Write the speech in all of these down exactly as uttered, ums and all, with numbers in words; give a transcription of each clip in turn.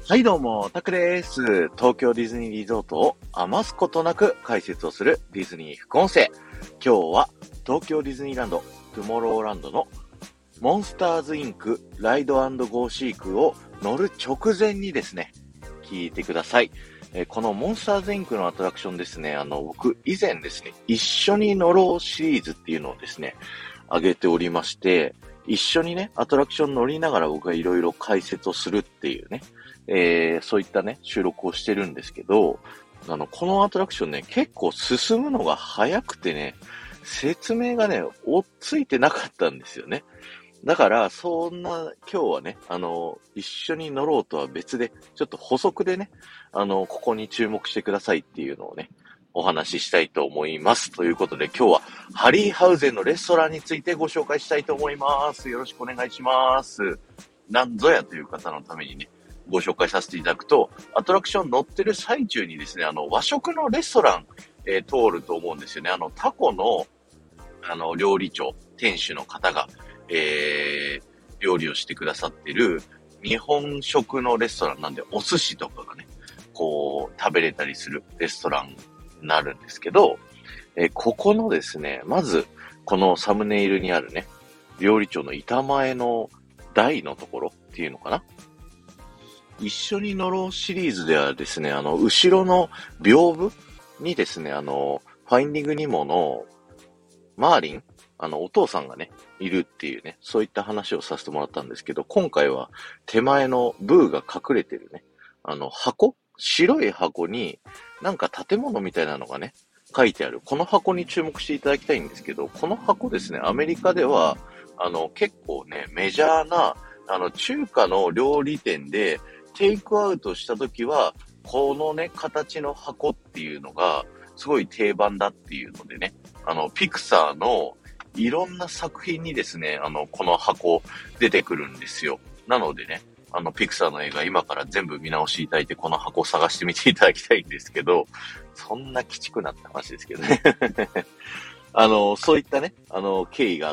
はいどうも、タクです。東京ディズニーリゾートを余すことなく解説をするディズニー副音声。今日は東京ディズニーランド、トゥモローランドのモンスターズインクライド&ゴーシークを乗る直前にですね、聞いてください。えー、このモンスターズインクのアトラクションですね、あの、僕以前ですね、一緒に乗ろうシリーズっていうのをですね、上げておりまして、一緒にね、アトラクション乗りながら僕がいろいろ解説をするっていうね、えー、そういったね、収録をしてるんですけど、あの、このアトラクションね、結構進むのが早くてね、説明がね、追っついてなかったんですよね。だから、そんな、今日はね、あの、一緒に乗ろうとは別で、ちょっと補足でね、あの、ここに注目してくださいっていうのをね、お話ししたいと思います。ということで、今日は、ハリーハウゼンのレストランについてご紹介したいと思います。よろしくお願いします。なんぞやという方のためにね、ご紹介させていただくと、アトラクション乗ってる最中にですね、あの、和食のレストラン、えー、通ると思うんですよね。あの、タコの、あの、料理長、店主の方が、えー、料理をしてくださってる日本食のレストランなんで、お寿司とかがね、こう、食べれたりするレストランになるんですけど、えー、ここのですね、まず、このサムネイルにあるね、料理長の板前の台のところっていうのかな。一緒に乗ろうシリーズではですね、あの、後ろの屏風にですね、あの、ファインディングニモのマーリン、あの、お父さんがね、いるっていうね、そういった話をさせてもらったんですけど、今回は手前のブーが隠れてるね、あの、箱白い箱に、なんか建物みたいなのがね、書いてある。この箱に注目していただきたいんですけど、この箱ですね、アメリカでは、あの、結構ね、メジャーな、あの、中華の料理店で、テイクアウトしたときは、このね、形の箱っていうのが、すごい定番だっていうのでね、あの、ピクサーのいろんな作品にですね、あの、この箱出てくるんですよ。なのでね、あの、ピクサーの映画今から全部見直していただいて、この箱を探してみていただきたいんですけど、そんな鬼畜なって話ですけどね。あの、そういったね、あの、経緯があって、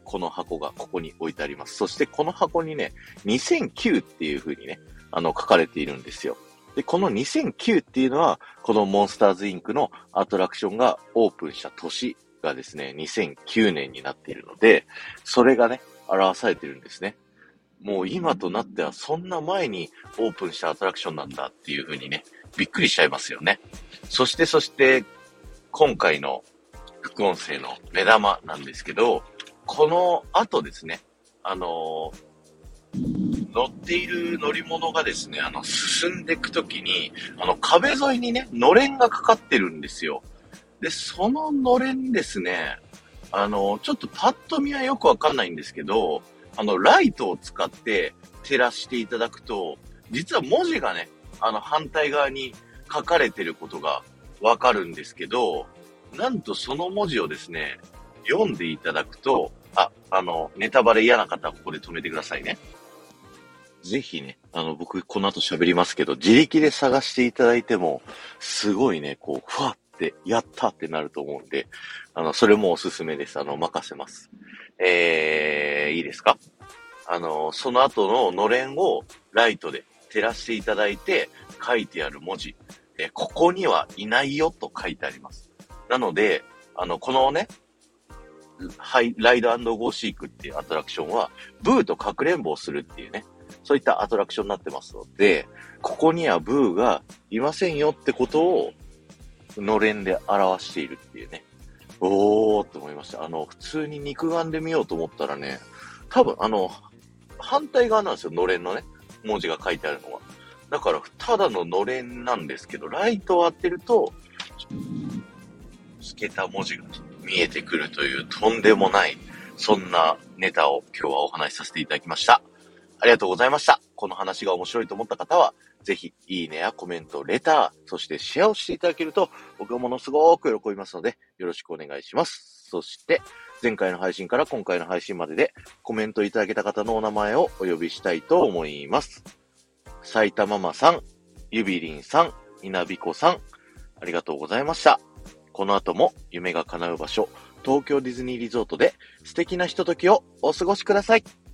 この箱がここに置いてあります。そしてこの箱にね、にせんきゅうっていう風にね、あの、書かれているんですよ。で、このにせんきゅうっていうのは、このモンスターズインクのアトラクションがオープンした年がですね、にせんきゅうねんになっているので、それがね、表されてるんですね。もう今となってはそんな前にオープンしたアトラクションなんだっていう風にね、びっくりしちゃいますよね。そしてそして、今回の副音声の目玉なんですけど、この後ですね、あのー、乗っている乗り物がですね、あの、進んでいくときに、あの、壁沿いにね、のれんがかかってるんですよ。で、そののれんですね、あの、ちょっとパッと見はよくわかんないんですけど、あの、ライトを使って照らしていただくと、実は文字がね、あの、反対側に書かれてることがわかるんですけど、なんとその文字をですね、読んでいただくと、あ、あの、ネタバレ嫌な方はここで止めてくださいね。ぜひね、あの、僕この後喋りますけど、自力で探していただいても、すごいね、こう、ふわって、やったってなると思うんで、あの、それもおすすめです。あの、任せます。えー、いいですか？あの、その後ののれんをライトで照らしていただいて、書いてある文字、えー、ここにはいないよと書いてあります。なので、あの、このね、はい、ライド&ゴーシークっていうアトラクションは、ブーとかくれんぼをするっていうね、そういったアトラクションになってますので、ここにはブーがいませんよってことを、のれんで表しているっていうね。おーって思いました。あの、普通に肉眼で見ようと思ったらね、多分あの、反対側なんですよ、のれんのね、文字が書いてあるのは。だから、ただののれんなんですけど、ライトを当てると、透けた文字が見えてくるというとんでもない、そんなネタを今日はお話しさせていただきました。ありがとうございました。この話が面白いと思った方は、ぜひ、いいねやコメント、レター、そしてシェアをしていただけると、僕はものすごく喜びますので、よろしくお願いします。そして、前回の配信から今回の配信までで、コメントいただけた方のお名前をお呼びしたいと思います。埼玉ママさん、ゆびりんさん、稲びこさん、ありがとうございました。この後も夢が叶う場所、東京ディズニーリゾートで素敵なひとときをお過ごしください。